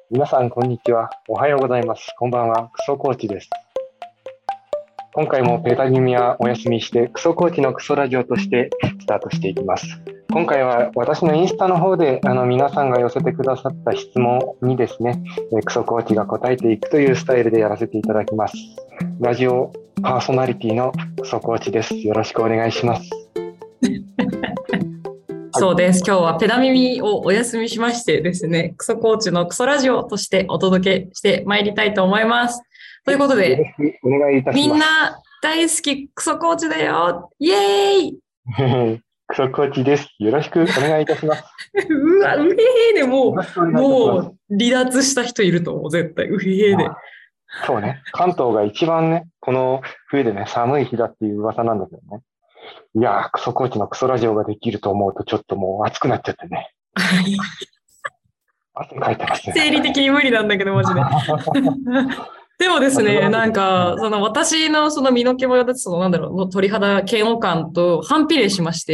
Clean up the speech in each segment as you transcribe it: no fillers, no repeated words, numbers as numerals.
皆さん、こんにちは。おはようございます。こんばんは。クソコーチです。今回もペタ耳はお休みして、クソコーチのクソラジオとしてスタートしていきます。今回は私のインスタの方で皆さんが寄せてくださった質問にですね、クソコーチが答えていくというスタイルでやらせていただきます。ラジオパーソナリティのクソコーチです。よろしくお願いします。 そうです。今日はペダ耳をお休みしましてですね、クソコーチのクソラジオとしてお届けしてまいりたいと思います。ということで、 お願いいたします。 みんな大好きクソコーチだよイエーイクソコーチです。よろしくお願いいたします。 うわ、うへへでもう離脱した人いると思う、絶対。うへへで。 そうね。関東が一番ね、この冬でね、寒い日だっていう噂なんだけどね。いやー、クソコーチのクソラジオができると思うとちょっともう熱くなっちゃってね。汗かいてますね。 生理的に無理なんだけど、マジで。でもですね、なんか、私のその身の毛もよだつ、鳥肌嫌悪感と反比例しまして、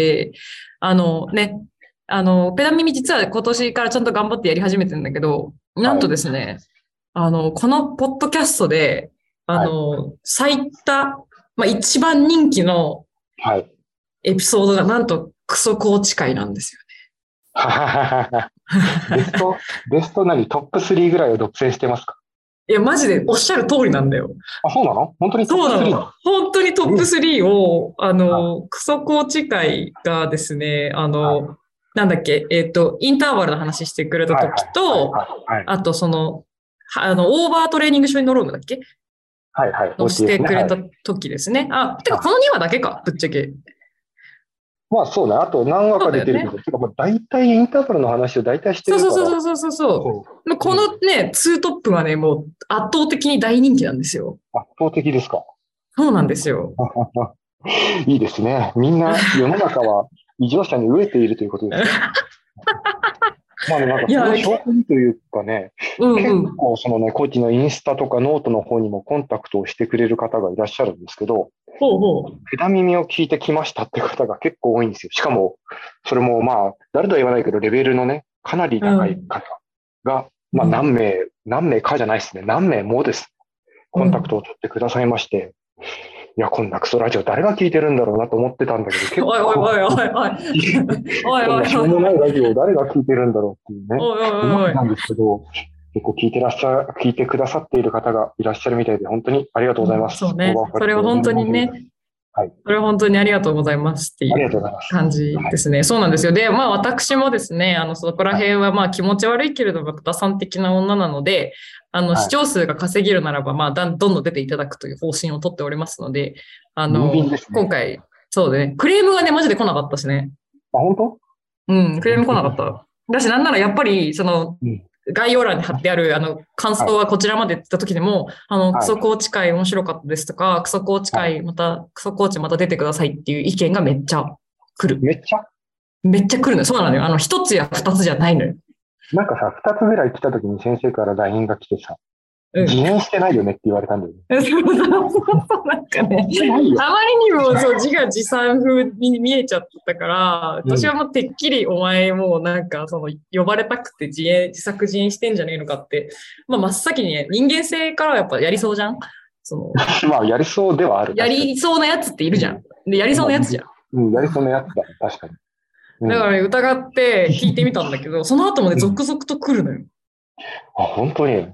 ペダ耳実は今年からちゃんと頑張ってやり始めてるんだけど、なんとですね、このポッドキャストで、最多、一番人気のエピソードがなんとクソコーチ会なんですよね。ベスト何トップ3ぐらいを独占してますか？ いや、マジでおっしゃる通りなんだよ。 あ、そうなの？本当にトップ 3？ そうなの。本当にトップ3を、クソコーチ会がですね、なんだっけ、インターバルの話してくれた時と、あとオーバートレーニングショーノロームだっけ？ はいはい。 をしてくれた時ですね。てかこの2話だけか、ぶっちゃけ。 まあそうね。あと何話か出てるけど、てか大体インターバルの話を大体してるから。 そう。このね、2トップはね、もう圧倒的に大人気なんですよ。 圧倒的ですか？ そうなんですよ。 いいですね。みんな世の中は異常者に飢えているということですね。まあね、なんかその証拠にというかね、結構そのね、コーチのインスタとかノートの方にもコンタクトをしてくれる方がいらっしゃるんですけど、ペダ耳を聞いてきましたって方が結構多いんですよ。しかも、それもまあ、誰とは言わないけど、レベルのね、かなり高い方が、まあ何名かじゃないですね。何名もです。コンタクトを取ってくださいまして、いや、こんなクソラジオ誰が聞いてるんだろうなと思ってたんだけど、結構。 おい。 こんなしょうもないラジオを誰が聞いてるんだろうっていうね。思ってたんですけど、結構聞いてくださっている方がいらっしゃるみたいで、本当にありがとうございます。 そうね。それは本当にね。はい。それは本当にありがとうございますっていう感じですね。そうなんですよ。で、まあ私もですね、そこら辺はまあ気持ち悪いけれども、打算的な女なので、視聴数が稼げるならば、まあどんどん出ていただくという方針をとっておりますので、今回、そうね、クレームがね、マジで来なかったしね。 あ、本当？ うん、クレーム来なかった。だし、なんならやっぱり、概要欄に貼ってある、感想はこちらまでって言った時でも、クソコーチ会面白かったですとか、クソコーチ会クソコーチまた出てくださいっていう意見がめっちゃ来る。 めっちゃ来るの。そうなのよ。一つや二つじゃないのよ。 なんかさ、二つぐらい来た時に先生から LINE が来てさ、自演してないよねって言われたんだよね。 なんかね、あまりにも自画自賛風に見えちゃったから、私はもうてっきりお前もうなんか呼ばれたくて自作自演してんじゃねえのかって、まあ真っ先にね、人間性からはやっぱやりそうじゃん。 まあやりそうではある。 やりそうなやつっているじゃん。で、やりそうなやつじゃん。 うん、やりそうなやつだ、確かに。 だから、ね、疑って聞いてみたんだけど、その後もね、続々と来るのよ。 あ、本当に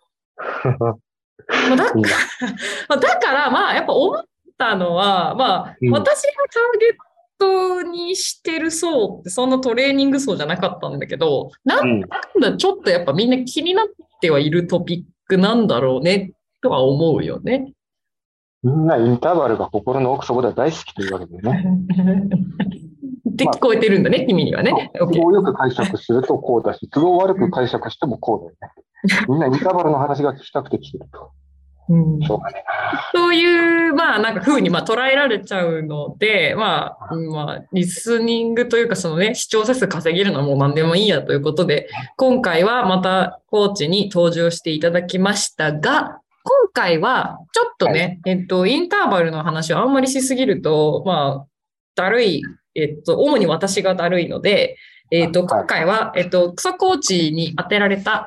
だから、まあ、やっぱ思ったのは、まあ、私がターゲットにしてる層ってそんなトレーニング層じゃなかったんだけど、なんだちょっとやっぱみんな気になってはいるトピックなんだろうね、とは思うよね。 みんなインターバルが心の奥底では大好きというわけでね。 って聞こえてるんだね、君にはね。 都合よく解釈するとこうだし、都合悪く解釈してもこうだよね。みんなインターバルの話が聞きたくて来てると。 そういう、まあ、なんか風に捉えられちゃうので、まあ、リスニングというか、視聴者数稼げるのはもう何でもいいやということで、今回はまたコーチに登場していただきましたが、今回はちょっとね、インターバルの話をあんまりしすぎると、まあ、だるい、主に私がだるいので、今回は、クソコーチに当てられた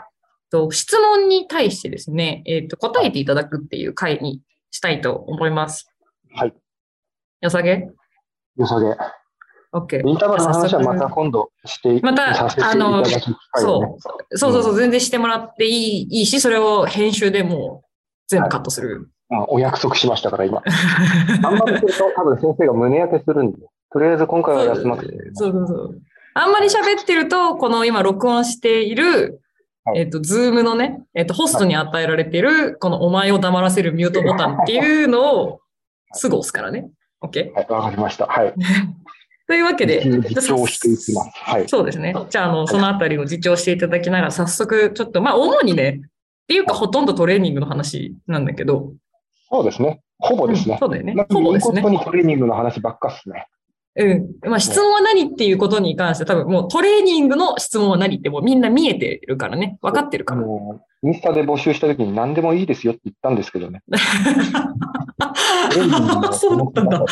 質問に対してですね、答えていただくっていう回にしたいと思います。 はい。 よさげ？ よさげ。 OK。 インターバルの話はまた今度してまた、 させていただく機会をね。 そう、全然してもらっていいし、それを編集でもう全部カットする。 お約束しましたから、今。あんまりすると多分先生が胸焼けするんで、とりあえず今回は休ませて。 そう。あんまり喋ってると、この今録音している、ズームのね、ホストに与えられている、このお前を黙らせるミュートボタンっていうのをすぐ押すからね。OK？ はい、わかりました。はい。 というわけで、 実証していきます。はい。 そうですね。じゃあ、そのあたりを実証していただきながら、早速、ちょっと、主にね、っていうか、ほとんどトレーニングの話なんだけど。 そうですね。ほぼですね。 そうだよね。ほぼですね。 本当にトレーニングの話ばっかっすね。 質問は何っていうことに関して多分もうトレーニングの質問は何ってもうみんな見えてるからね。分かってるから。 インスタで募集したときに何でもいいですよって言ったんですけどね。 そうだったんだ。 はい。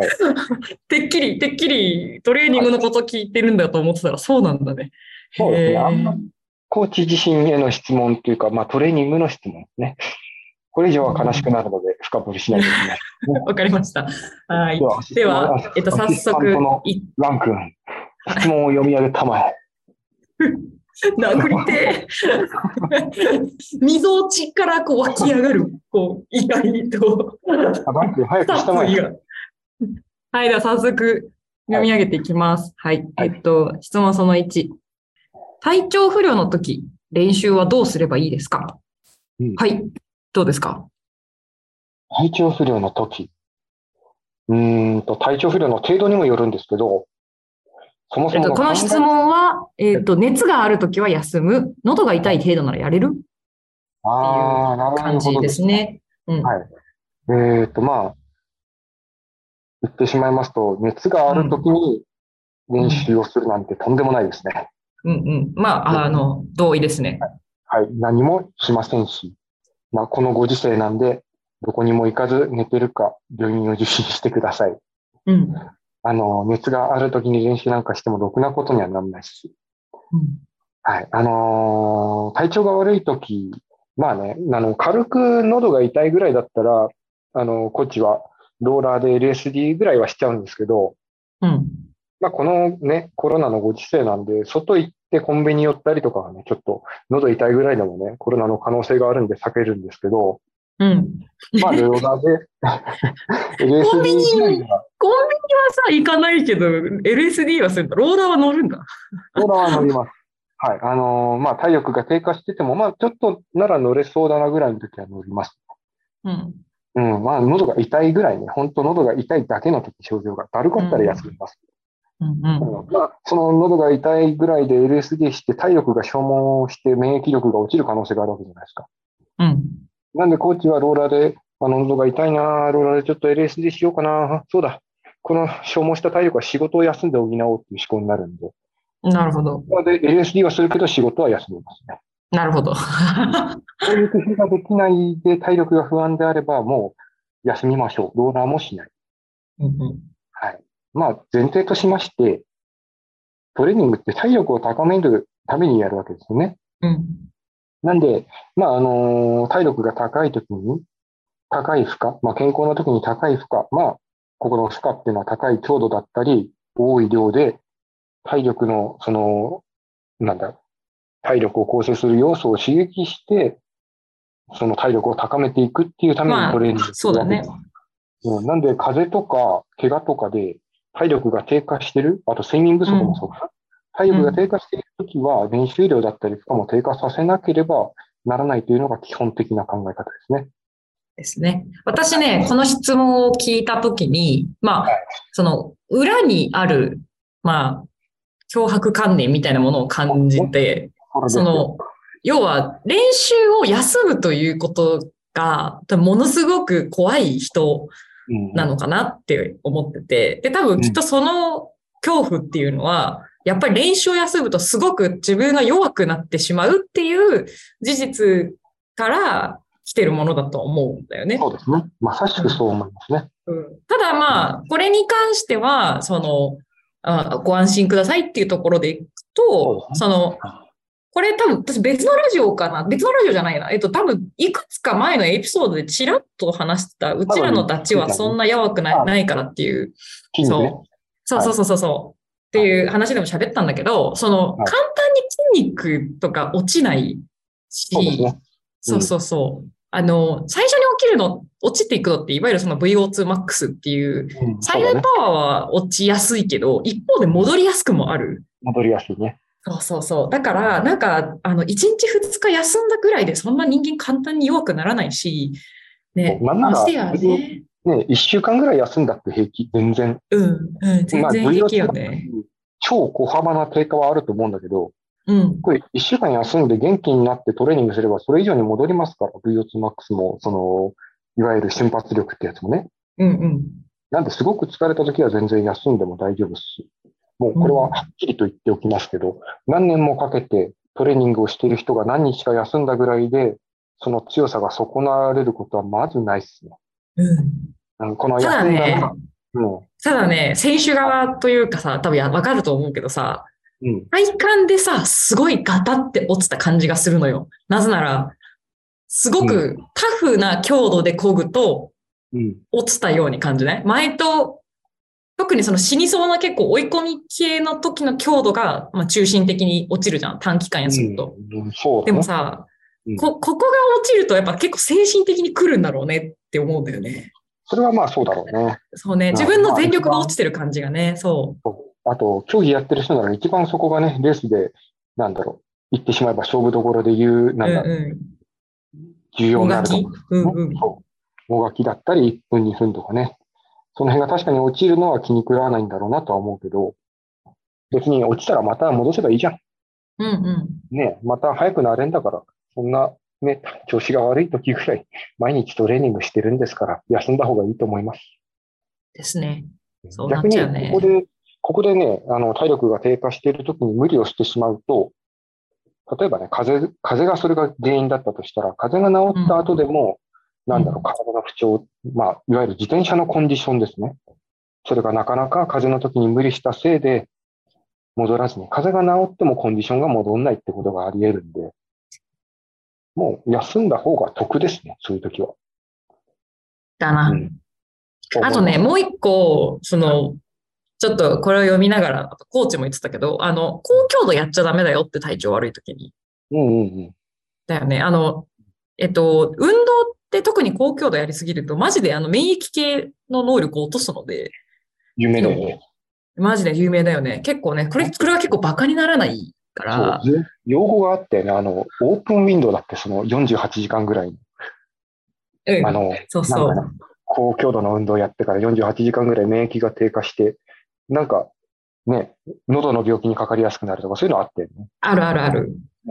てっきりトレーニングのこと聞いてるんだと思ってたらそうなんだね。 そうですね。あんまりコーチ自身への質問っていうか、トレーニングの質問ですね。これ以上は悲しくなるので深掘りしないといけない。 わかりました。はい。では、早速。 ラン君、質問を読み上げたまえ。 殴りてみぞおちから湧き上がる、意外と。 ラン君、早くしたまえ。 はい、では早速読み上げていきます。はい。質問その1。体調不良の時、練習はどうすればいいですか？はい。どうですか？ 体調不良の時。体調不良の程度にもよるんですけど、そもそもこの質問は、熱がある時は休む、喉が痛い程度ならやれるっていう感じですね。 はい。言ってしまいますと、熱がある時に練習をするなんてとんでもないですね。 同意ですね。 はい。何もしませんし。このご時世なんで、どこにも行かず寝てるか、病院を受診してください。熱があるときに練習なんかしてもろくなことにはならないし。はい。体調が悪いとき、軽く喉が痛いぐらいだったら、コーチはローラーで LSD ぐらいはしちゃうんですけど、このね、コロナのご時世なんで、外行ってコンビニ寄ったりとかはね、ちょっと喉痛いぐらいでもね、コロナの可能性があるんで避けるんですけど、ローラーで LSD コンビニはさ、行かないけど、LSD はするんだ。ローラーは乗るんだ。 ローラーは乗ります。はい。体力が低下してても、ちょっとなら乗れそうだなぐらいの時は乗ります。喉が痛いぐらいね、本当喉が痛いだけの時症状がだるかったら休みます。その喉が痛いぐらいで LSD して体力が消耗して免疫力が落ちる可能性があるわけじゃないですか。なんでコーチはローラーで、喉が痛いな、ローラーでちょっと LSD しようかな、そうだ、この消耗した体力は仕事を休んで補おうっていう思考になるんで。 なるほど。 で、LSD はするけど仕事は休みますね。 なるほど。 そういう工夫ができないで体力が不安であれば、もう休みましょう。ローラーもしない。はい。前提としまして、トレーニングって体力を高めるためにやるわけですよね。なんで、体力が高いときに、高い負荷、健康なときに高い負荷、ここの負荷っていうのは高い強度だったり、多い量で、体力の、体力を構成する要素を刺激して、その体力を高めていくっていうためにトレーニングするわけです。なんで、風邪とか怪我とかで体力が低下してる、あと睡眠不足もそうか。体力が低下しているときは、練習量だったり負荷も低下させなければならないというのが基本的な考え方ですね。 ですね。私ね、この質問を聞いたときに、その裏にある、脅迫観念みたいなものを感じて、要は練習を休むということが、ものすごく怖い人なのかなって思ってて、で、多分きっとその恐怖っていうのは、やっぱり練習を休むとすごく自分が弱くなってしまうっていう事実から来てるものだと思うんだよね。 そうですね。まさしくそう思いますね。 ただこれに関しては、ご安心くださいっていうところでいくと、 これ多分私別のラジオかな別のラジオじゃないな。多分いくつか前のエピソードでちらっと話してた、うちらのダチはそんなやわくないからっていう。そう。っていう話でも喋ったんだけど、簡単に筋肉とか落ちないし、そう。最初に落ちていくのって、いわゆるその VO2max っていう、最大パワーは落ちやすいけど、一方で戻りやすくもある。 戻りやすいね。 そう。だから、1日2日休んだぐらいでそんな人間簡単に弱くならないし、ね、 ましてやね。1週間ぐらい休んだって平気、全然。 全然平気よね。 超小幅な低下はあると思うんだけど、これ1週間休んで元気になってトレーニングすればそれ以上に戻りますから、VO2max も、いわゆる瞬発力ってやつもね。なんですごく疲れた時は全然休んでも大丈夫ですし、もうこれははっきりと言っておきますけど、何年もかけてトレーニングをしている人が何日か休んだぐらいで、その強さが損なわれることはまずないですね。この休んだただね、選手側というかさ、多分わかると思うけどさ、体感でさ、すごいガタって落ちた感じがするのよ。なぜなら、すごくタフな強度で漕ぐと、落ちたように感じない？特にその死にそうな結構追い込み系の時の強度が、中心的に落ちるじゃん。短期間休むと。でもさ、ここが落ちるとやっぱ結構精神的に来るんだろうねって思うんだよね。 それはまあそうだろうね。 そうね。自分の全力が落ちてる感じがね。そう。 あと、競技やってる人なら一番そこがね、レースで、言ってしまえば勝負どころで言う、重要なるところ。もがきだったり、1分、2分とかね。その辺が確かに落ちるのは気に食わないんだろうなとは思うけど、別に落ちたらまた戻せばいいじゃん。ね、また早くなれんだから、そんな、ね、調子が悪い時ぐらい毎日トレーニングしてるんですから、休んだ方がいいと思います。 ですね。そうなっちゃうね。 逆に、ここでね、体力が低下している時に無理をしてしまうと、例えばね、風邪がそれが原因だったとしたら、風邪が治った後でも、体の不調、いわゆる自転車のコンディションですね。それがなかなか風邪の時に無理したせいで戻らずに、風邪が治ってもコンディションが戻んないってことがあり得るんで、もう休んだ方が得ですね、そういう時は。 だな。あとね、もう一個、ちょっとこれを読みながら、コーチも言ってたけど、高強度やっちゃダメだよって体調悪い時に。だよね。運動って特に高強度やりすぎると、マジで免疫系の能力を落とすので。 有名だよね。 マジで有名だよね。結構ね、これは結構バカにならないから。 そう、用語があってね、オープンウィンドウだって、その48時間ぐらい。高強度の運動をやってから48時間ぐらい免疫が低下して、喉の病気にかかりやすくなるとか、そういうのあってね。 ある。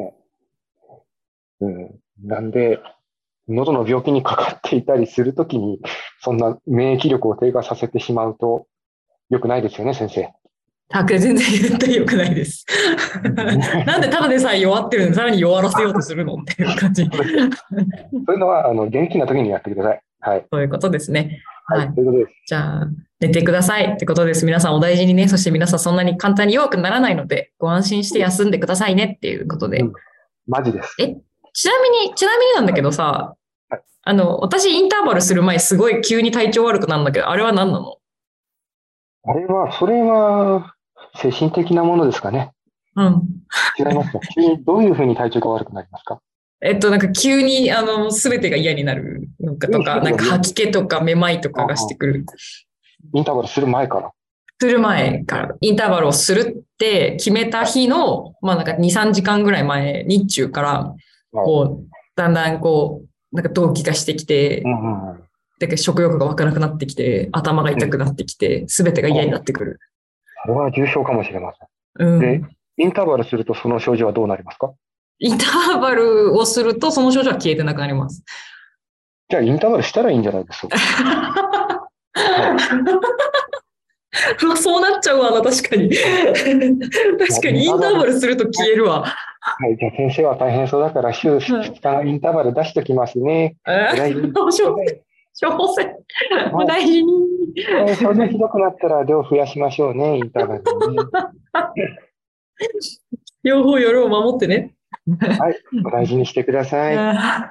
なんで、喉の病気にかかっていたりするときに、そんな免疫力を低下させてしまうと、良くないですよね、先生。 全然絶対良くないです。なんでただでさえ弱ってるのにさらに弱らせようとするのっていう感じ。そういうのは、元気な時にやってください。はい。 そういうことですね。 はい。ということです。 じゃあ、寝てくださいってことです。皆さんお大事にね。そして皆さんそんなに簡単に弱くならないので、ご安心して休んでくださいねっていうことで。 マジです。 ちなみになんだけどさ、私インターバルする前すごい急に体調悪くなるんだけど、あれは何なの？ それは、精神的なものですかね。違いますか？急にどういうふうに体調が悪くなりますか？ 急に、すべてが嫌になるのかとか、吐き気とかめまいとかがしてくる。 インターバルする前から。 インターバルをするって決めた日の、2、3時間ぐらい前、日中から、だんだん動悸がしてきて、食欲が湧かなくなってきて、頭が痛くなってきて、すべてが嫌になってくる。 それは重症かもしれません。で、インターバルするとその症状はどうなりますか？ インターバルをするとその症状は消えてなくなります。 じゃあインターバルしたらいいんじゃないですか。 そうなっちゃうわな、確かに。確かにインターバルすると消えるわ。 はい、じゃあ先生は大変そうだから週2日インターバル出しときますね。 処方箋。お大事に。 それでひどくなったら量増やしましょうね、インターバルね。 両方夜を守ってね。 はい。お大事にしてください。はい。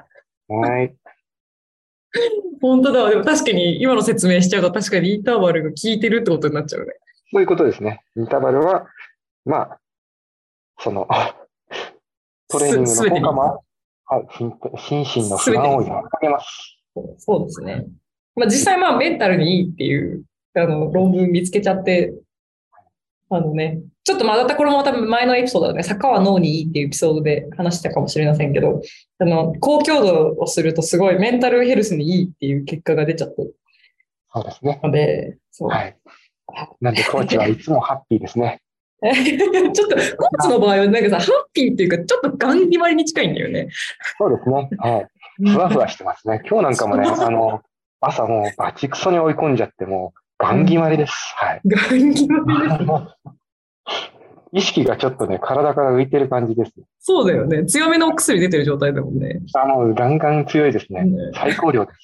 本当だ。でも確かに今の説明しちゃうと確かにインターバルが効いてるってことになっちゃうね。 そういうことですね。インターバルは、まあ、その、トレーニングの効果もある、心身の不安を和らげます。 そうですね。まあ、実際メンタルにいいっていう論文見つけちゃって、ちょっとだったこれも多分前のエピソードだね、坂は脳にいいっていうエピソードで話したかもしれませんけど、高強度をするとすごいメンタルヘルスにいいっていう結果が出ちゃった。 そうですね。 ので、そう。 はい。なんでコーチはいつもハッピーですね。 ちょっとコーチの場合はなんかさ、ハッピーっていうかちょっとガン決まりに近いんだよね。 そうですね。はい。ふわふわしてますね。今日なんかもね、朝もうバチクソに追い込んじゃってもうガン決まりです。はい。 ガン決まりです。 意識がちょっとね、体から浮いてる感じです。 そうだよね。強めのお薬出てる状態だもんね。 ガンガン強いですね。最高量です。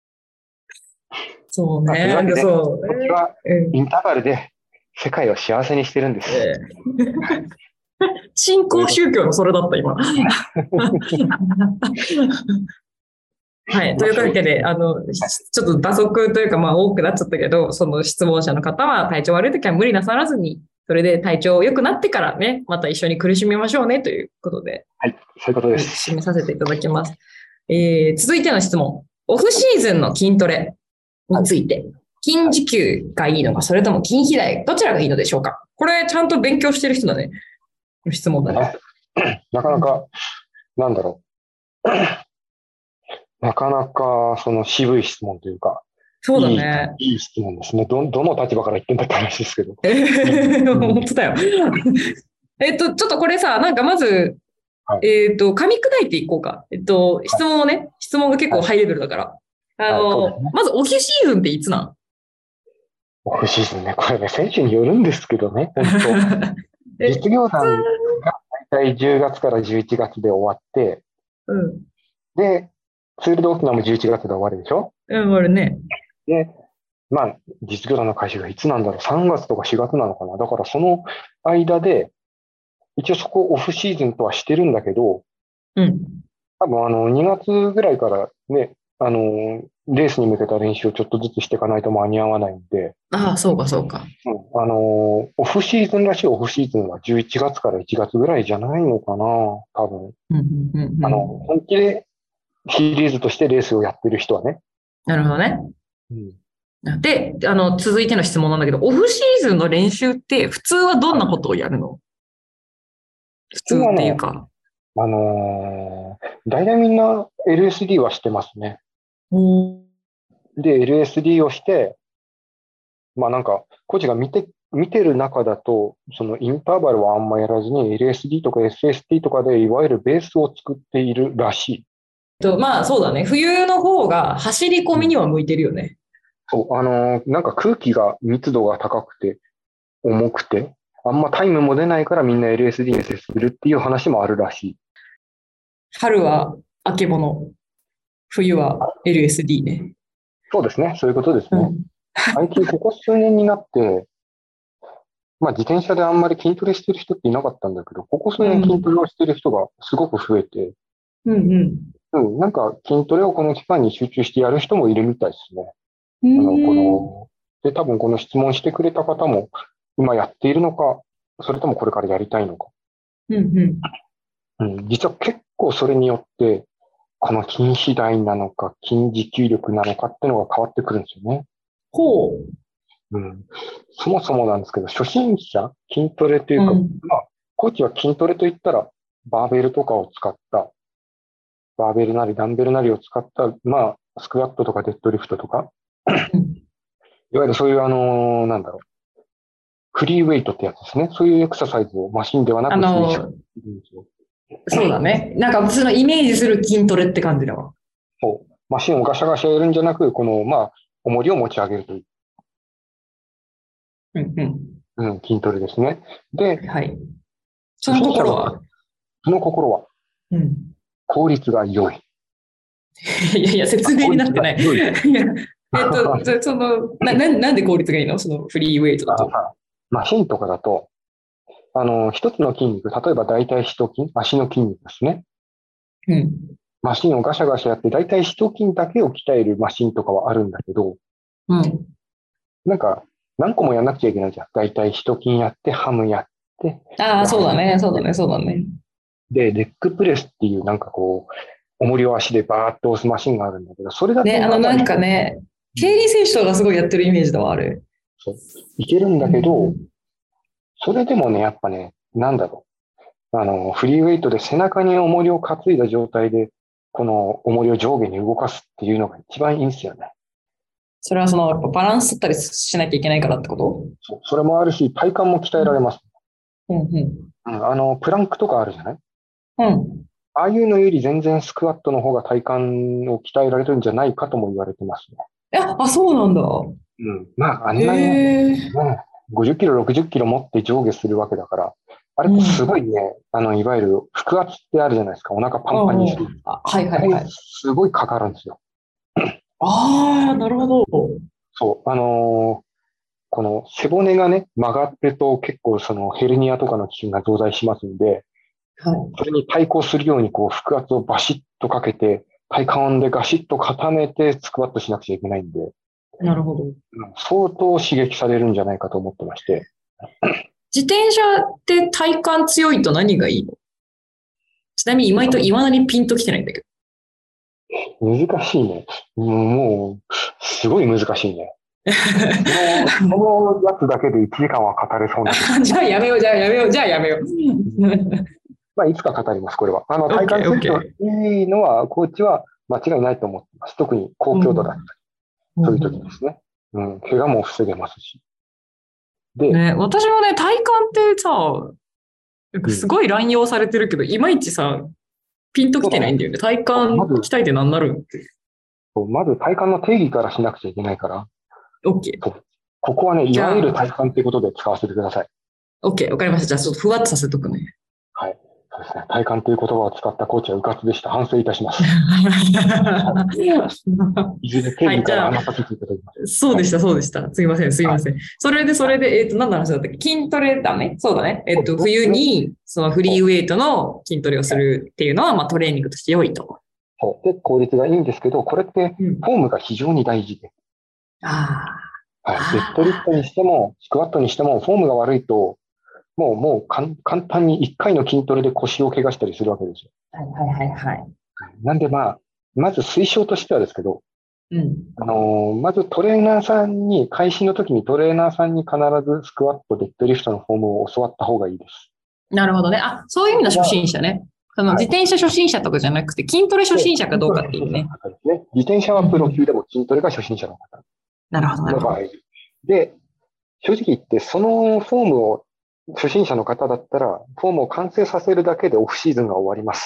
そうね。 というわけで、こっちはインターバルで世界を幸せにしてるんです。 新興宗教のそれだった、今。はい。というわけで、ちょっと打足というか、多くなっちゃったけど、その質問者の方は体調悪いときは無理なさらずに、それで体調良くなってからね、また一緒に苦しみましょうね、ということで。 はい。そういうことです。 締めさせていただきます。続いての質問。オフシーズンの筋トレについて、筋持久がいいのか、それとも筋肥大、どちらがいいのでしょうか？これ、ちゃんと勉強してる人だね。質問だね。 なかなか、なんだろう。なかなか、渋い質問というか。 そうだね。 いい質問ですね。どの立場から言ってんだって話ですけど。 本当だよ。ちょっとこれさ、なんかまず、噛み砕いていこうか。質問をね、質問が結構ハイレベルだから。まず、オフシーズンっていつなん？ オフシーズンね、これね、選手によるんですけどね、本当実業団が大体10月から11月で終わって、で、ツールド沖縄も11月で終わるでしょ？ 終わるね。 で、実業団の開始がいつなんだろう、3月とか4月なのかな。だからその間で、一応そこオフシーズンとはしてるんだけど、多分2月ぐらいからね、レースに向けた練習をちょっとずつしていかないと間に合わないんで。 ああ、そうか、そうか。 オフシーズンらしいオフシーズンは11月から1月ぐらいじゃないのかな、多分。本気でシリーズとしてレースをやってる人はね。 なるほどね。で、続いての質問なんだけど、オフシーズンの練習って普通はどんなことをやるの？普通っていうか。 大体みんな LSD はしてますね。で、LSD をして、なんか、コーチが見てる中だと、そのインターバルはあんまやらずに LSD とか SST とかでいわゆるベースを作っているらしい。そうだね。冬の方が走り込みには向いてるよね。 そう、なんか空気が密度が高くて、重くて、あんまタイムも出ないからみんな LSD に接するっていう話もあるらしい。 春はあけぼの、冬は LSD ね。 そうですね。そういうことですね。最近ここ数年になって、自転車であんまり筋トレしてる人っていなかったんだけど、ここ数年筋トレをしてる人がすごく増えて、なんか筋トレをこの期間に集中してやる人もいるみたいですね。で、多分この質問してくれた方も今やっているのか、それともこれからやりたいのか。実は結構それによって、この筋肥大なのか、筋持久力なのかっていうのが変わってくるんですよね。そもそもなんですけど、初心者、筋トレというか、コーチは筋トレといったら、バーベルとかを使った、バーベルなりダンベルなりを使った、スクワットとかデッドリフトとか、いわゆるそういうフリーウェイトってやつですね。そういうエクササイズをマシンではなくそうだね。なんかそのイメージする筋トレって感じだわ。 そう。マシンをガシャガシャやるんじゃなく、重りを持ち上げるという。筋トレですね。で、 その心は効率が良い。 いや、説明になってない。なんで効率がいいの？そのフリーウェイトだと。 マシンとかだと、 一つの筋肉、例えば大腿四頭筋、足の筋肉ですね。 うん。 マシンをガシャガシャやって、大腿四頭筋だけを鍛えるマシンとかはあるんだけど、 うん。 なんか、何個もやんなくちゃいけないじゃん。大腿四頭筋やって、ハムやって。 ああ、そうだね、そうだね、そうだね。 で、レッグプレスっていうなんかこう、重りを足でバーッと押すマシンがあるんだけど、それだとね、なんかね、競輪選手とかがすごいやってるイメージではある。 そういけるんだけど、それでもね、やっぱね、なんだろう。フリーウェイトで背中に重りを担いだ状態で、この重りを上下に動かすっていうのが一番いいんですよね。 それはやっぱバランス取ったりしなきゃいけないからってこと？ それもあるし、体幹も鍛えられます。プランクとかあるじゃない？ うん。 ああいうのより全然スクワットの方が体幹を鍛えられるんじゃないかとも言われてますね。 そうなんだ。 まあ、あんなに、50キロ、60キロ持って上下するわけだから、あれってすごいね、いわゆる腹圧ってあるじゃないですか。お腹パンパンにする。 はいはいはい。 すごいかかるんですよ。 なるほど。 そう。この背骨がね、曲がってると結構そのヘルニアとかの危険が増大しますんで、 はい、 それに対抗するようにこう腹圧をバシッとかけて、体幹でガシッと固めてスクワットしなくちゃいけないんで、 なるほど。 相当刺激されるんじゃないかと思ってまして。 自転車って体幹強いと何がいいの？ちなみに今だにピンときてないんだけど。難しいね。もう、すごい難しいね。このやつだけで1時間は語れそうな。 じゃあやめよう。 まあ、いつか語ります、これは。体幹強いのは、コーチは間違いないと思ってます。特に高強度だったり、そういう時ですね。怪我も防げますし。 で、ね、私もね、体幹ってさ、すごい乱用されてるけど、いまいちさ、ピンときてないんだよね。体幹鍛えて何なるって。 まず体幹の定義からしなくちゃいけないから。 OK。 ここはね、いわゆる体幹ということで使わせてください。 OK、わかりました。じゃあ、ちょっとふわっとさせとくね。 はい。そうですね。体幹という言葉を使ったコーチはうかつでした。反省いたします。いずれ定義から話させていただきます。 そうでした。すいません。それで、何の話だったっけ？筋トレだね。そうだね。冬に、そのフリーウェイトの筋トレをするっていうのは、まあトレーニングとして良いと。 そう。で、効率がいいんですけど、これってフォームが非常に大事で。はい。デッドリフトにしても、スクワットにしても、フォームが悪いと、もう簡単に1回の筋トレで腰を怪我したりするわけですよ。 はい。 なんでまず推奨としてはですけど、まずトレーナーさんに、開始の時にトレーナーさんに必ずスクワット、デッドリフトのフォームを教わった方がいいです。 なるほどね。そういう意味の初心者ね。自転車初心者とかじゃなくて、筋トレ初心者かどうかっていうね。 自転車はプロ級でも筋トレが初心者の方。 なるほど。 で、正直言って、そのフォームを初心者の方だったら、フォームを完成させるだけでオフシーズンが終わります。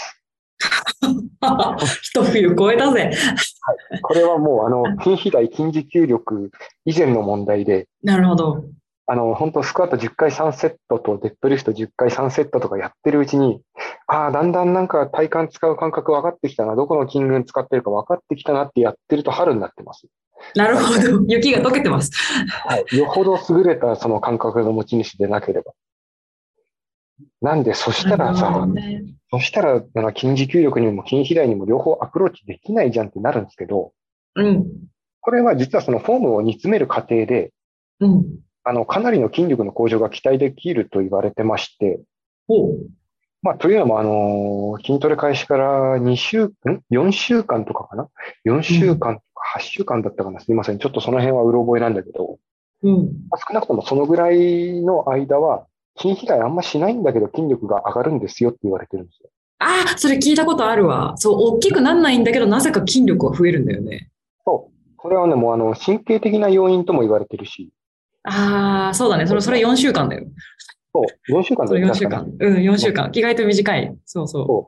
一冬超えたぜ。 はい。これはもう、筋肥大、筋持久力以前の問題で。 なるほど。 本当スクワット10回3セットとデッドリフト10回3セットとかやってるうちに、だんだんなんか体幹使う感覚分かってきたな、どこの筋群使ってるか分かってきたなってやってると春になってます。 なるほど。雪が溶けてます。 はい。よほど優れたその感覚の持ち主でなければ。なんで、そしたら筋持久力にも筋肥大にも両方アプローチできないじゃんってなるんですけど、これは実はそのフォームを煮詰める過程で、かなりの筋力の向上が期待できると言われてまして、というのも、筋トレ開始から4週間とかかな ?4 週間とか8週間だったかな、すいません。ちょっとその辺はうろ覚えなんだけど、少なくともそのぐらいの間は、筋肥大あんましないんだけど筋力が上がるんですよって言われてるんですよ。 それ聞いたことあるわ。そう、大きくなんないんだけど、なぜか筋力は増えるんだよね。 そう。これはね、もう神経的な要因とも言われてるし。 そうだね。それ4週間だよ。 そう、4週間だよ。 4週間。4週間。意外と短い。そう。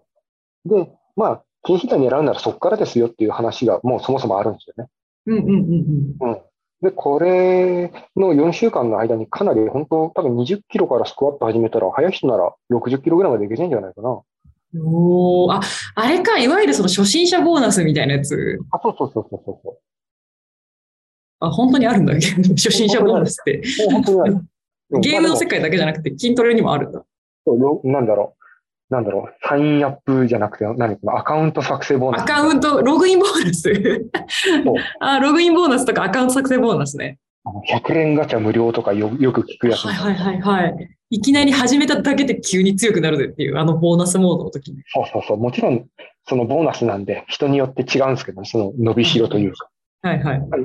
で、筋肥大狙うならそこからですよっていう話がもうそもそもあるんですよね。で、これの4週間の間にかなり本当多分20キロからスクワット始めたら、早い人なら60キロぐらいまでいけないんじゃないかな。 あれか、いわゆるその初心者ボーナスみたいなやつ。 そう。 本当にあるんだけど、初心者ボーナスって。 本当にある。 ゲームの世界だけじゃなくて筋トレにもあるんだ。 なんだろう、サインアップじゃなくて、何かアカウント作成ボーナス。 アカウント、ログインボーナスログインボーナスとかアカウント作成ボーナスね。 100連ガチャ無料とかよく聞くやつ。 はい。いきなり始めただけで急に強くなるぜっていう、ボーナスモードの時に。 そう。もちろん、そのボーナスなんで、人によって違うんですけど、その伸びしろというか。 はい。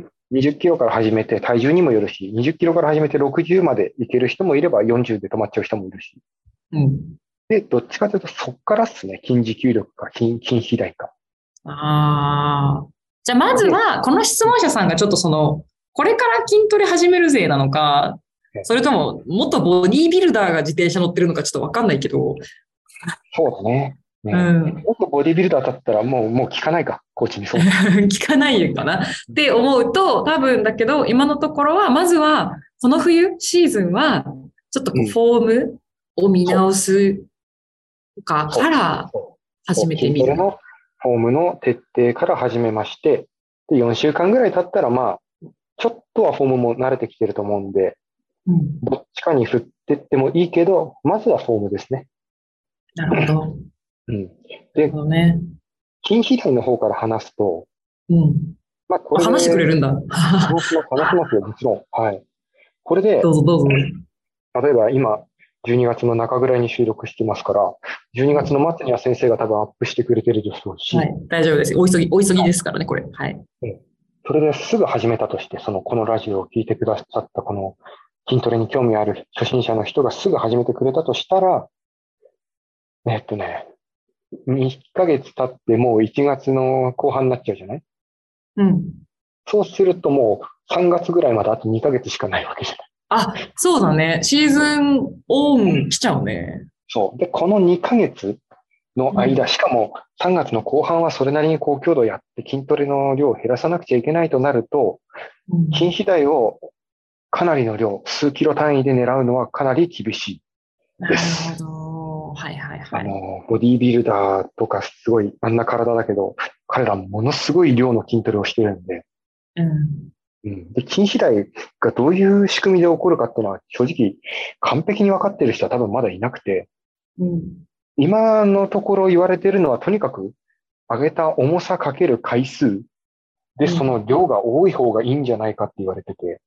20キロから始めて、体重にもよるし、20キロから始めて60までいける人もいれば、40で止まっちゃう人もいるし。で、どっちかというと、そっからっすね。筋持久力か、筋肥大か。 じゃあまずは、この質問者さんがちょっとこれから筋トレ始めるぜなのか、それとも、元ボディービルダーが自転車乗ってるのかちょっとわかんないけど。 そうだね。元ボディービルダーだったらもう聞かないか、コーチにそう。 聞かないかなって思うと、多分だけど、今のところは、まずは、この冬、シーズンは、ちょっとフォームを見直すとかから始めてみる。 筋トレのフォームの徹底から始めまして、で、4週間ぐらい経ったら、ちょっとはフォームも慣れてきてると思うんで、どっちかに振ってってもいいけど、まずはフォームですね。 なるほど。 で、筋肥大の方から話すと、これ話してくれるんだ。 話しますよ、もちろん。はい。これで、 どうぞ。 例えば今、12月の中ぐらいに収録してますから、12月の末には先生が多分アップしてくれてるでしょうし。 はい、大丈夫です。お急ぎですからね、これ。はい。 それですぐ始めたとして、このラジオを聞いてくださったこの筋トレに興味ある初心者の人がすぐ始めてくれたとしたら、2ヶ月経ってもう1月の後半になっちゃうじゃない？そうするともう3月ぐらいまであと2ヶ月しかないわけじゃない。 そうだね。シーズンオン来ちゃうね。 そう。で、この2ヶ月の間、しかも3月の後半はそれなりに高強度やって筋トレの量を減らさなくちゃいけないとなると、筋肥大をかなりの量、数キロ単位で狙うのはかなり厳しいです。 なるほど。はい。 ボディービルダーとかすごいあんな体だけど、彼らものすごい量の筋トレをしてるんで、で、筋肥大がどういう仕組みで起こるかっていうのは正直完璧に分かってる人は多分まだいなくて、今のところ言われてるのはとにかく上げた重さかける回数でその量が多い方がいいんじゃないかって言われてて。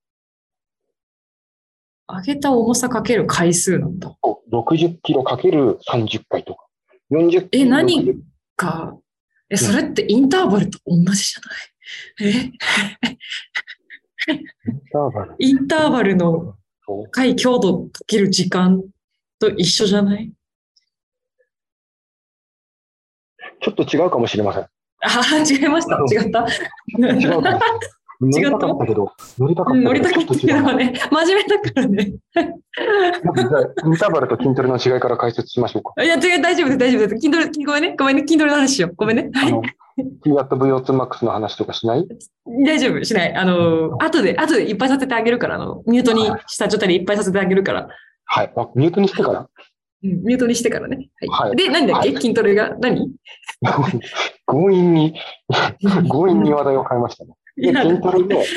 上げた重さかける回数なんだ。 60キロかける30回とか。40キロ。 何か、それってインターバルと同じじゃない？インターバルの回強度かける時間と一緒じゃない？ ちょっと違うかもしれません。 違いました。違った？ 違うかもしれない。乗りたかったけどね。真面目だからね。 インターバルと筋トレの違いから解説しましょうか。 いや、大丈夫です。筋トレ、ごめんね。筋トレの話しよう。ごめんね。 PWAT-MAX の話とかしない？ 大丈夫、しない。後でいっぱいさせてあげるから、ミュートにした状態でいっぱいさせてあげるから。 はい。ミュートにしてからミュートにしてからね。で、何だっけ？筋トレが何？ 強引に話題を変えましたね。で、筋トレで、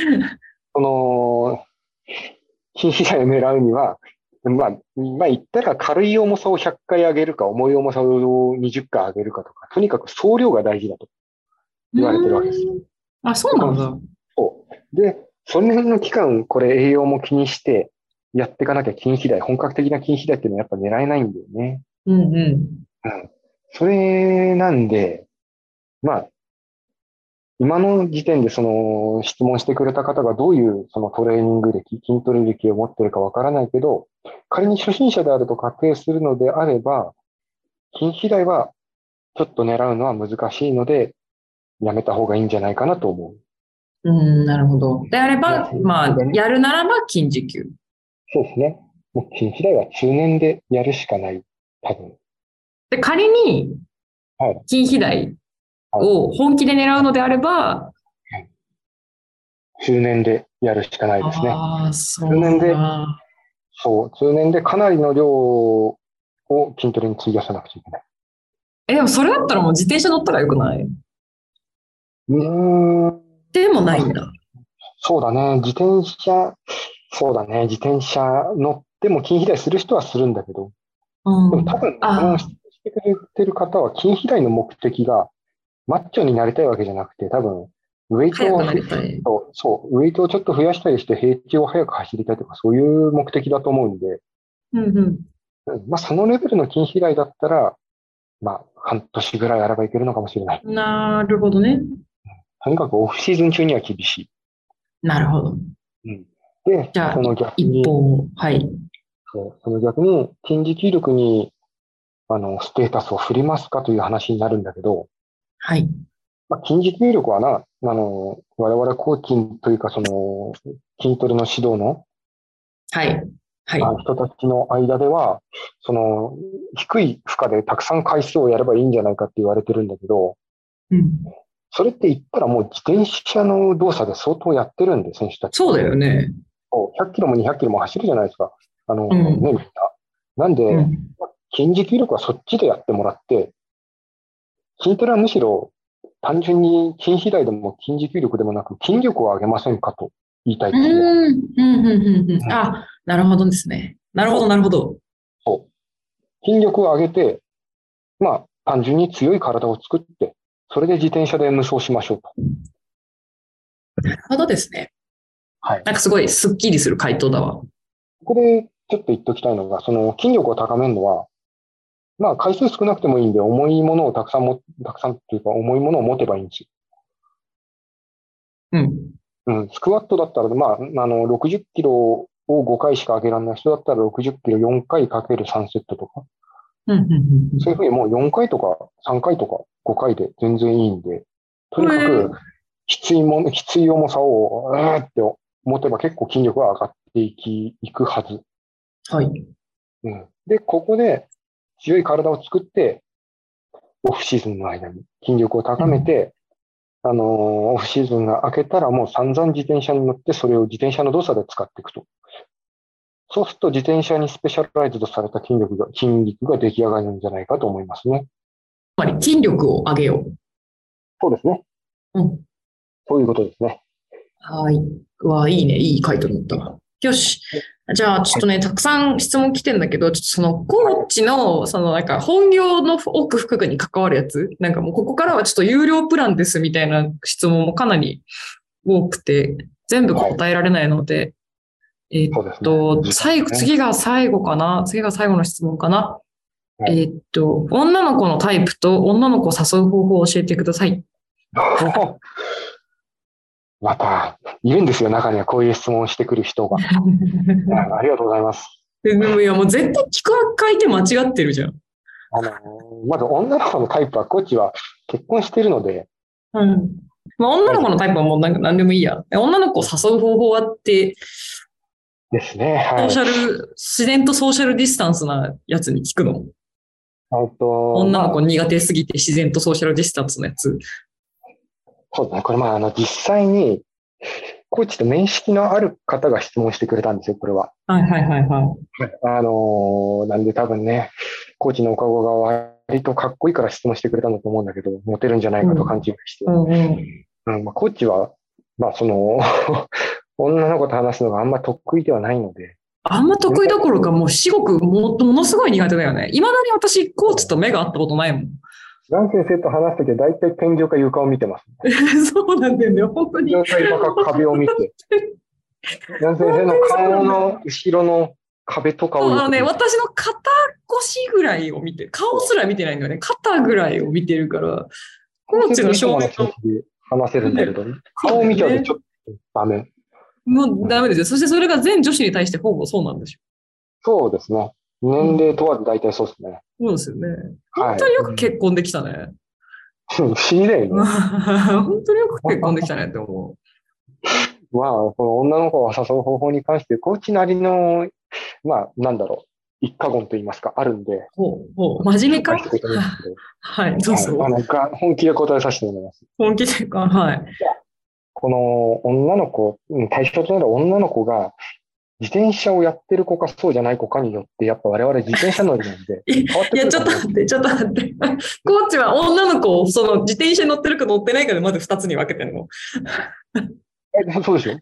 筋肥大を狙うには、言ったら軽い重さを100回上げるか、重い重さを20回上げるかとか、とにかく総量が大事だと言われてるわけですよ。 そうなんだ。 そう。で、その辺の期間、これ栄養も気にしてやっていかなきゃ筋肥大、本格的な筋肥大っていうのはやっぱ狙えないんだよね。それなんで、今の時点で質問してくれた方がどういうトレーニング歴、筋トレ歴を持ってるかわからないけど、仮に初心者であると仮定するのであれば、筋肥大はちょっと狙うのは難しいので、やめた方がいいんじゃないかなと思う。なるほど。であれば、やるならば筋持久。 そうですね。もう筋肥大は中年でやるしかない、多分。 で、仮に、筋肥大を本気で狙うのであれば、 中年でやるしかないですね。中年でかなりの量を筋トレに費やさなくちゃいけない。 でもそれだったらもう自転車乗ったらよくない？でもないんだ。 そうだね。自転車乗っでも筋肥大する人はするんだけど、でも多分、この質問してくれてる方は筋肥大の目的がマッチョになりたいわけじゃなくて、多分、ウェイトをウェイトをちょっと増やしたりして平地を早く走りたいとか、そういう目的だと思うんで、まあ、そのレベルの筋肥大だったら、まあ、半年ぐらいあればいけるのかもしれない。 なるほどね。 とにかくオフシーズン中には厳しい。 なるほど。 で、 じゃあ、 その逆に、その逆に、筋持久力に、ステータスを振りますかという話になるんだけど、 はい。 まあ、筋持久力は我々コーチというか、筋トレの指導の、人たちの間では、低い負荷でたくさん回数をやればいいんじゃないかって言われてるんだけど、それって言ったらもう自転車の動作で相当やってるんで、選手たち。 そうだよね。 100キロも200キロも走るじゃないですか。みんな。なんで、筋持久力はそっちでやってもらって、筋トレはむしろ単純に筋肥大でも筋持久力でもなく筋力を上げませんかと言いたいですね。 あ、なるほどですね。なるほど、なるほど。 そう。筋力を上げて、まあ、単純に強い体を作って、それで自転車で無双しましょうと。 なるほどですね。 はい。 なんかすごいスッキリする回答だわ。 ここでちょっと言っておきたいのが、筋力を高めるのは、まあ、回数少なくてもいいんで、重いものをたくさんというか、重いものを持てばいいんですよ。スクワットだったら、まあ、60キロを5回しか上げられない人だったら、60キロ4回かける3セットとか。そういうふうにもう4回とか3回とか5回で全然いいんで、とにかく、きつい重さを、って持てば結構筋力が上がっていくはず。 はい。 で、ここで強い体を作って、オフシーズンの間に筋力を高めて、オフシーズンが明けたらもう散々自転車に乗って、それを自転車の動作で使っていくと。そうすると自転車にスペシャライズドされた筋肉が出来上がるんじゃないかと思いますね。 つまり筋力を上げよう。 そうですね。そういうことですね。 はい。いいね。いい回答だったわ。よし。じゃあ、ちょっとね、たくさん質問来てんだけど、ちょっとコーチの、なんか本業の奥深くに関わるやつ、なんかもうここからはちょっと有料プランですみたいな質問もかなり多くて、全部答えられないので、次が最後かな。次が最後の質問かな。女の子のタイプと女の子を誘う方法を教えてください。 また、いるんですよ、中にはこういう質問をしてくる人が。ありがとうございます。 でもいや、もう絶対聞く相手間違ってるじゃん。 まず女の子のタイプは、コーチは結婚してるので。 まあ、女の子のタイプはもう何でもいいや。女の子を誘う方法はって、 ですね。 自然とソーシャルディスタンスなやつに聞くの？女の子苦手すぎて自然とソーシャルディスタンスのやつ。 そうですね。これ実際に、コーチと面識のある方が質問してくれたんですよ、これは。なんで多分ね、コーチのお顔が割とかっこいいから質問してくれたんだと思うんだけど、モテるんじゃないかと勘違いして。コーチは、女の子と話すのがあんま得意ではないので。 あんま得意どころか、もう至極ものすごい苦手だよね。未だに私、コーチと目が合ったことないもん。 ラン先生と話すときは大体天井か床を見てます、 ね。そうなんだよね、本当に。 天井か床か壁を見て。ラン先生の顔の後ろの壁とかを私の肩腰ぐらいを見て、顔すら見てないんだよね。肩ぐらいを見てるから、コーチの正面の話せるんだけど、顔を見ちゃうとちょっとダメ。 もうダメですよ。そしてそれが全女子に対してほぼそうなんでしょ。 そうですね。年齢問わず大体そうですね。 そうですよね。本当によく結婚できたね。 不思議だよね。 本当によく結婚できたねって思う。 この女の子を誘う方法に関して、コーチなりの、一過言と言いますか、あるんで。 真面目か？はい、どうぞ。 本気で答えさせてもらいます。 本気でか、はい。 この女の子、対象となる女の子が、自転車をやってる子かそうじゃない子かによって、やっぱ我々自転車乗りなんで。 いや、ちょっと待って。コーチは女の子を自転車に乗ってるか乗ってないかでまず2つに分けてるの。 そうでしょ？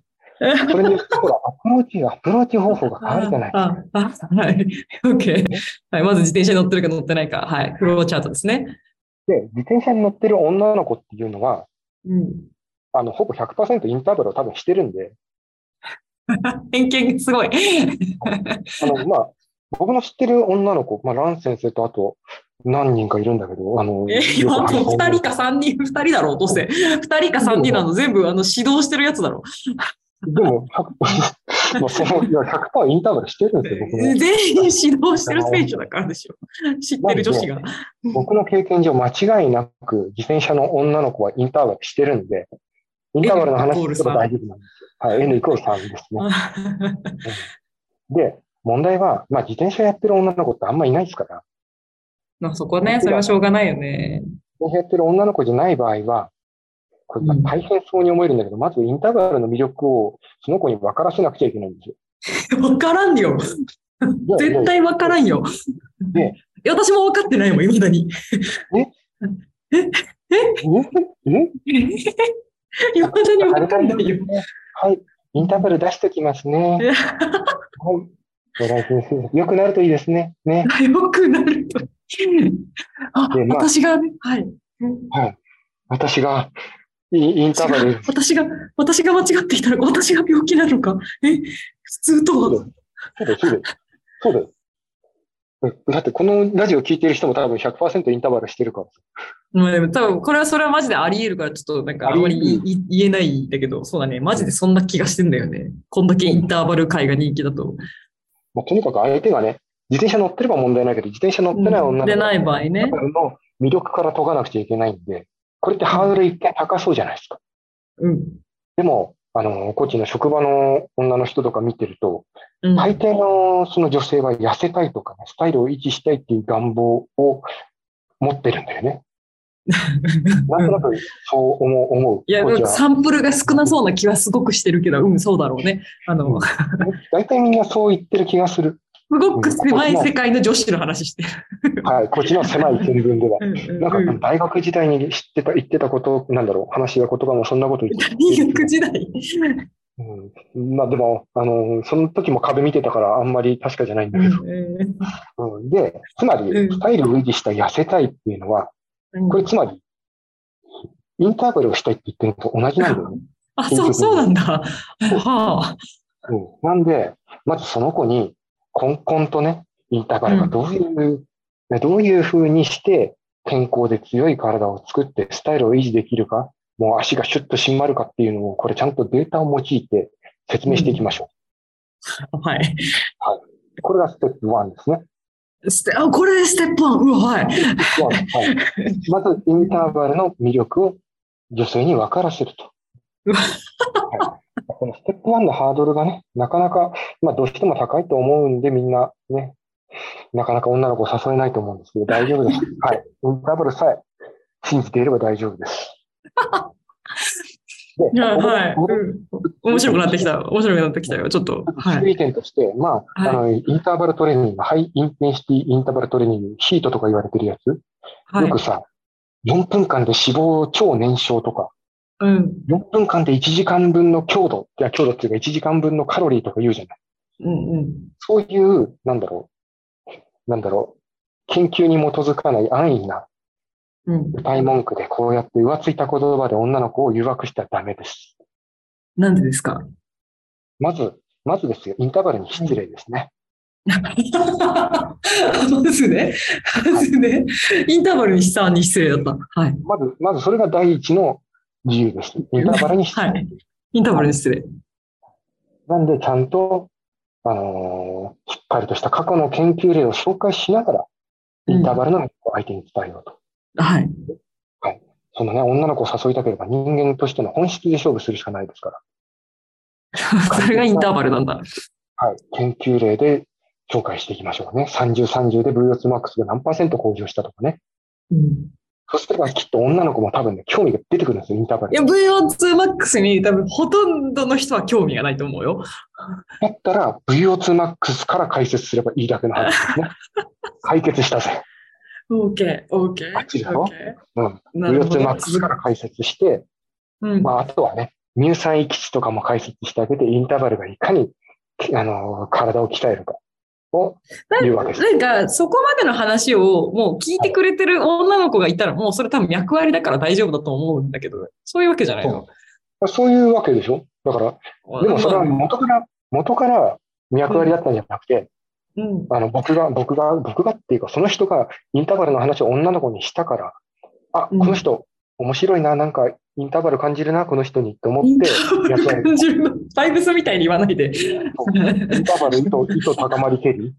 それに、ほら、アプローチ方法が変わるじゃない。 はい。OK。はい。まず自転車に乗ってるか乗ってないか。はい。フローチャートですね。 で、自転車に乗ってる女の子っていうのは、 うん、 ほぼ 100% インターバルを多分してるんで。 偏見がすごい。 まあ、僕の知ってる女の子、まあ、ラン先生とあと何人かいるんだけど、 2人か3人、2人だろう、どうせ。2人か3人なの全部指導してるやつだろ。 でも、100% インターバルしてるんですよ、僕も。全員指導してる選手だからでしょ。知ってる女子が。 僕の経験上、間違いなく自転車の女の子はインターバルしてるんで、インターバルの話すれば大丈夫なんですよ。はい、N イコール3ですね。で、問題は、まあ、自転車やってる女の子ってあんまいないですから。 まあ、そこね、それはしょうがないよね。 自転車やってる女の子じゃない場合は、これ大変そうに思えるんだけど、まずインターバルの魅力をその子に分からせなくちゃいけないんですよ。分からんよ。絶対分からんよ。私も分かってないもん、未だに。未だに分かんないよ。 はい、インターバル出しておきますね。はい。よくなるといいですね。ね。 よくなると。私がね、はい。 はい。私が、インターバル。 私が間違っていたら、私が病気なのか。普通とは。 そうだよ。だってこのラジオ聞いてる人も多分 100% インターバルしてるから。 でも多分それはマジであり得るから、ちょっとなんかあんまり言えないんだけど、そうだね。マジでそんな気がしてんだよね。こんだけインターバル界が人気だと。 とにかく相手がね、自転車乗ってれば問題ないけど、自転車乗ってない女の子でない場合ね。 の魅力から解かなくちゃいけないんで、これってハードル一見高そうじゃないですか。でも、コーチの職場の女の人とか見てると、大抵のその女性は痩せたいとかね、スタイルを維持したいっていう願望を持ってるんだよね。なんとなくそう思う。 いや、サンプルが少なそうな気はすごくしてるけど、そうだろうね。 大体みんなそう言ってる気がする。 すごく狭い世界の女子の話してる。 はい、こっちの狭い見聞では。なんか大学時代に言ってたこと、話や言葉もそんなこと言ってた。 大学時代まあでも、その時も壁見てたからあんまり確かじゃないんだけど。で、つまり、スタイルを維持した痩せたいっていうのは、これつまり、インターバルをしたいって言ってるのと同じなんだよね。 そうなんだ。はあ。なんで、まずその子に、こんこんとね、インターバルがどういう風にして健康で強い体を作ってスタイルを維持できるか、もう足がシュッと締まるかっていうのを、これちゃんとデータを用いて説明していきましょう。はい。 はい。これがステップ1ですね。 これでステップ1。はい。 まず、インターバルの魅力を女性に分からせると。このステップ1のハードルがね、なかなか、どうしても高いと思うんで、みんなね、なかなか女の子を誘えないと思うんですけど、大丈夫です。はい。インターバルさえ信じていれば大丈夫です。 面白くなってきた。よ、ちょっと。 注意点として、インターバルトレーニング、ハイインテンシティインターバルトレーニング、ヒートとか言われてるやつ。よくさ、4分間で脂肪超燃焼とか、4分間で1時間分の強度っていうか1時間分のカロリーとか言うじゃない。そういう、研究に基づかない安易な歌い文句でこうやって浮ついた言葉で女の子を誘惑してはダメです。 なんでですか？ まずですよ、インターバルに失礼ですね。 そうですね。インターバルに失礼だった。はい。 まずそれが第一の自由です。インターバルに失礼。はい。 インターバルに失礼。 なんで、ちゃんと、しっかりとした過去の研究例を紹介しながら、インターバルの魅力を相手に伝えようと。 はい。 はい。そのね、女の子を誘いたければ人間としての本質で勝負するしかないですから。 それがインターバルなんだ。 はい。研究例で紹介していきましょうね。30、30で VO2 マックスが何%向上したとかね。そしたらきっと女の子も多分ね、興味が出てくるんですよ、インターバル。 いや、VO2 マックスに多分ほとんどの人は興味がないと思うよ。 だったら VO2 マックスから解説すればいいだけの話ですね。解決したぜ。 OK。 あっちだろ。VO2 マックスから解説して、あとはね、 乳酸域値とかも解説してあげて、インターバルがいかに、体を鍛えるかを言うわけです。 なんか、そこまでの話をもう聞いてくれてる女の子がいたら、もうそれ多分脈ありだから大丈夫だと思うんだけど、そういうわけじゃないの？ そういうわけでしょ。だから、でもそれは元から脈ありだったんじゃなくて、僕がっていうか、その人がインターバルの話を女の子にしたから、この人、面白いな、なんかインターバル感じるな、この人にって思って、 感じるの。バイブスみたいに言わないで。インターバル意図高まりけり。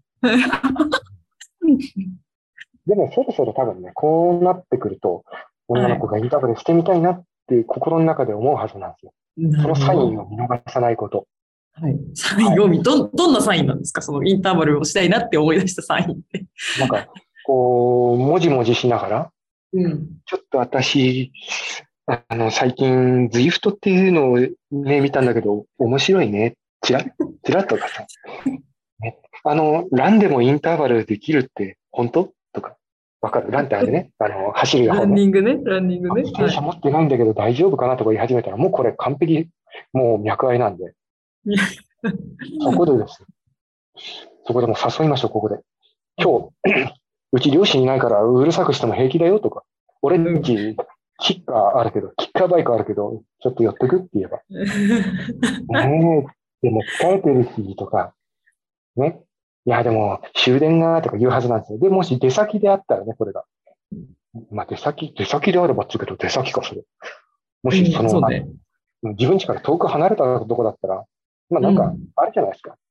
でもそろそろ多分ね、こうなってくると、女の子がインターバルしてみたいなって心の中で思うはずなんですよ。そのサインを見逃さないこと。 はい。サインをどんなサインなんですか？そのインターバルをしたいなって思い出したサインって。 なんか、もじもじしながら、ちょっと私、最近、ZWIFT っていうのをね、見たんだけど、面白いね。ちらっとかさ。ね、ランでもインターバルできるって本当とか。わかる？ランってあれね、走る方ね。 ランニングね。 自転車持ってないんだけど大丈夫かなとか言い始めたら、もうこれ完璧、もう脈合いなんで。そこでです。そこでもう誘いましょう、ここで。今日、うち両親いないからうるさくしても平気だよとか。俺んち、キッカーあるけど、キッカーバイクあるけど、ちょっと寄ってくって言えば。でも疲れてるし、とか。ね。いや、でも、終電が、とか言うはずなんですよ。で、もし出先であったらね、これが。まあ、出先であればっつうけど、出先か、それ。もし、自分家から遠く離れたとこだったら、まあ、なんか、あるじゃないですか。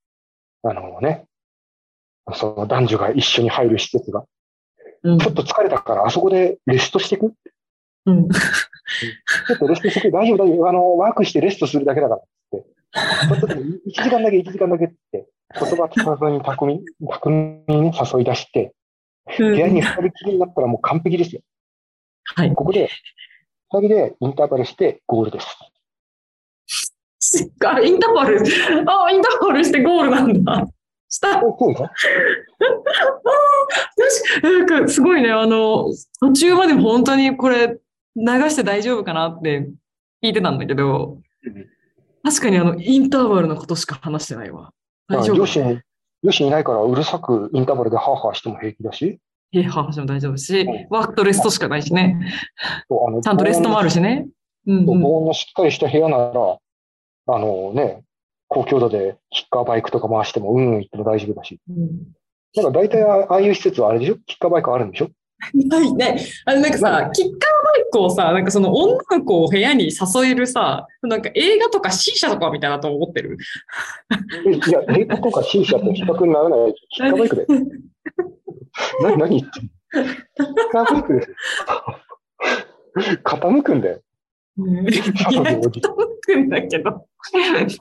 その男女が一緒に入る施設が。ちょっと疲れたから、あそこでレストしてく、ちょっとレストしてく、大丈夫、ワークしてレストするだけだからって。ちょっとでも1時間だけって、言葉使わずに巧みに誘い出して、部屋に2人きりになったらもう完璧ですよ。はい。ここで、2人でインターバルしてゴールです。 インターバルしてゴールなんだ。なんかすごいね、途中まで本当にこれ流して大丈夫かなって聞いてたんだけど、確かにインターバルのことしか話してないわ。 大丈夫？両親いないからうるさくインターバルでハーハーしても平気だし。 ハーハーしても大丈夫し、ワークとレストしかないしね。ちゃんとレストもあるしね。 防音のしっかりした部屋なら、高強度でキッカーバイクとか回しても言っても大丈夫だし。なんか大体ああいう施設はあれでしょ？キッカーバイクあるんでしょ？ ないね。なんかさ、キッカーバイクをさ、なんかその女の子を部屋に誘えるさ、なんか映画とか C 社とかみたいなと思ってる。 いや、映画とか C 社って比較にならない。キッカーバイクで。何言ってんの？キッカーバイクですよ。傾くんだよ。 傾くんだけど。キッ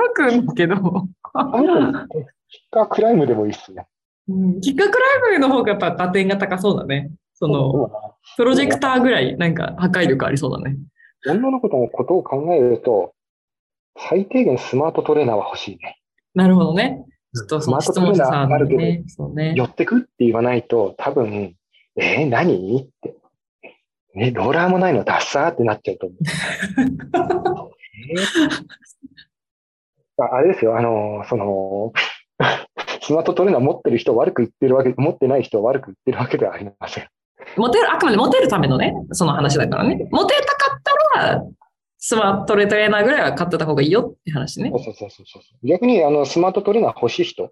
カークライムでもいいっすね。 キッカークライムの方がやっぱ打点が高そうだね。プロジェクターぐらいなんか破壊力ありそうだね。 女の子のことを考えると、最低限スマートトレーナーは欲しいね。 なるほどね。 ちょっとスマートトレーナーあるけど、寄ってくって言わないと、多分、何って。ね、ローラーもないのダッサーってなっちゃうと思う。あれですよ、スマートトレーナー持ってる人を悪く言ってるわけ、持ってない人を悪く言ってるわけではありません。 あくまでモテるためのね、その話だからね。モテたかったら、スマートトレーナーぐらいは買ってた方がいいよって話ね。 そう。逆に、スマートトレーナー欲しい人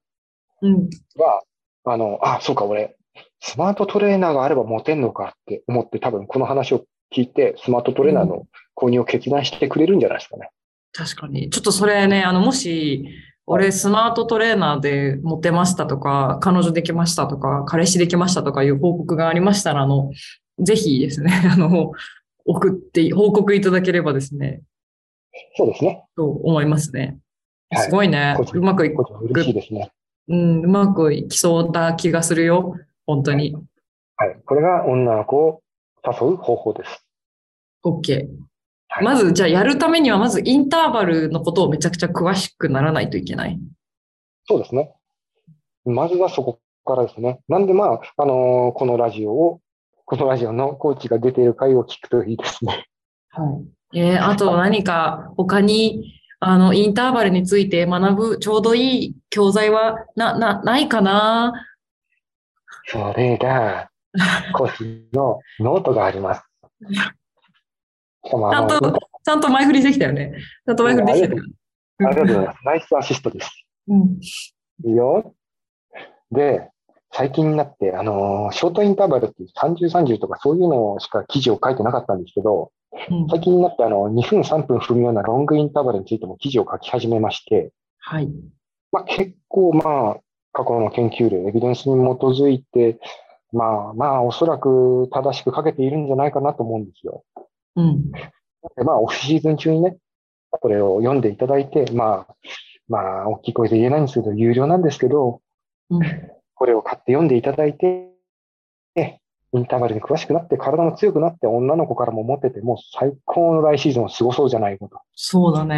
は、そうか、俺、スマートトレーナーがあればモテんのかって思って、多分この話を聞いて、スマートトレーナーの購入を決断してくれるんじゃないですかね。 確かに。ちょっとそれね、もし、俺スマートトレーナーでモテましたとか、彼女できましたとか、彼氏できましたとかいう報告がありましたら、ぜひですね、報告いただければですね。 そうですね。 と思いますね。すごいね。うまくいく。 嬉しいですね。 うまくいきそうな気がするよ。本当に。 はい。これが女の子を誘う方法です。 OK。まず、じゃあやるためには、まずインターバルのことをめちゃくちゃ詳しくならないといけない。 そうですね。まずはそこからですね。なんでこのラジオのコーチが出ている回を聞くといいですね。 はい。 あと何か他にインターバルについて学ぶちょうどいい教材はないかな？ それが、講師のノートがあります。 しかもちゃんと前振りできたよね。ちゃんと前振りできたよね。 ありがとうございます。ナイスアシストです。いいよ。で、最近になって、ショートインターバルって30、30とかそういうのしか記事を書いてなかったんですけど、最近になって2分、3分踏むようなロングインターバルについても記事を書き始めまして、 はい。 結構過去の研究例、エビデンスに基づいて、おそらく正しく書けているんじゃないかなと思うんですよ。オフシーズン中にね、これを読んでいただいて、大きい声で言えないんですけど、有料なんですけど、これを買って読んでいただいて、インターバルに詳しくなって、体も強くなって、女の子からも持ってて、もう最高の来シーズンを過ごそうじゃないかと。 そうだね。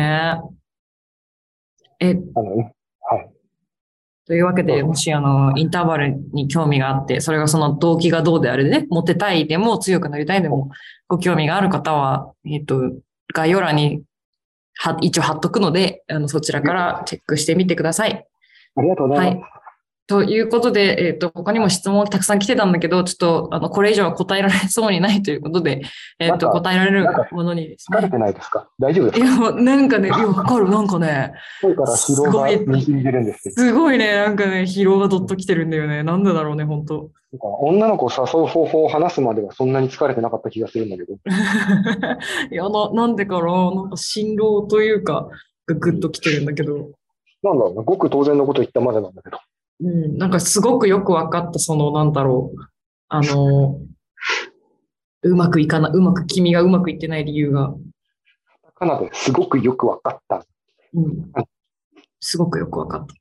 はい。というわけで、もしインターバルに興味があって、それがその動機がどうであれでね、モテたいでも強くなりたいでもご興味がある方は、概要欄に一応貼っとくので、そちらからチェックしてみてください。 ありがとうございます。はい。 ということで、他にも質問たくさん来てたんだけど、ちょっと、これ以上は答えられそうにないということで、答えられるものにですね。疲れてないですか？大丈夫ですか？ いや、なんかね、わかる、なんかね。 声から疲労が滲んでるんですけど。 すごいね、なんかね、疲労がどっときてるんだよね。なんでだろうね、本当。 女の子を誘う方法を話すまではそんなに疲れてなかった気がするんだけど。 いや、なんでかな、なんか辛労というか、ぐっときてるんだけど。 なんだろうな、ごく当然のこと言ったまでなんだけど。 なんかすごくよく分かった、なんだろう。君がうまくいってない理由が。 カタカナですごくよく分かった。 すごくよく分かった。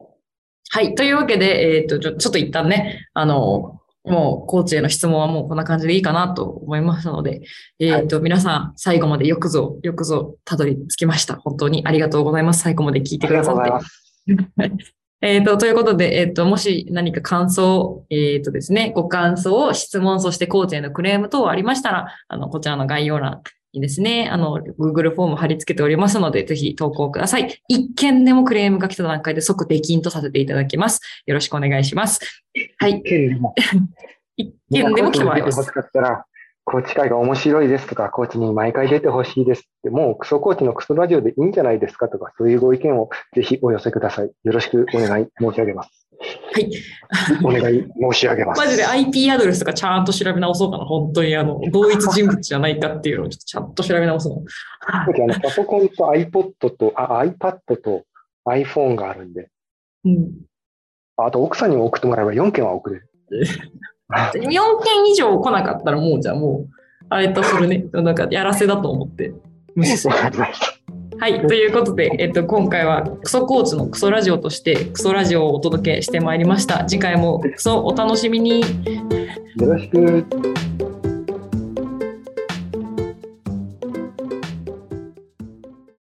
はい。というわけで、ちょっと一旦ね、もうコーチへの質問はもうこんな感じでいいかなと思いますので、皆さん最後までよくぞたどり着きました。本当にありがとうございます。最後まで聞いてくださって。ありがとうございます。ということで、もし何か感想、ですね、ご感想、質問、そしてコーチへのクレーム等ありましたら、こちらの概要欄にですね、Google フォーム貼り付けておりますので、ぜひ投稿ください。一件でもクレームが来た段階で即出禁とさせていただきます。よろしくお願いします。はい。一件でも来てもらいます。 コーチ会が面白いですとか、コーチに毎回出てほしいですって、もうクソコーチのクソラジオでいいんじゃないですかとか、そういうご意見をぜひお寄せください。よろしくお願い申し上げます。 はい。 お願い申し上げます。 マジで IP アドレスとかちゃんと調べ直そうかな。本当に同一人物じゃないかっていうのをちゃんと調べ直そう。 パソコンと iPad と iPad と iPhone があるんで。あと奥さんにも送ってもらえば4件は送れる。 4件以上来なかったらもうあれとするね。なんかやらせだと思って無視する。はい。ということで、今回はクソコーチのクソラジオとしてクソラジオをお届けしてまいりました。次回もクソお楽しみに。 よろしく。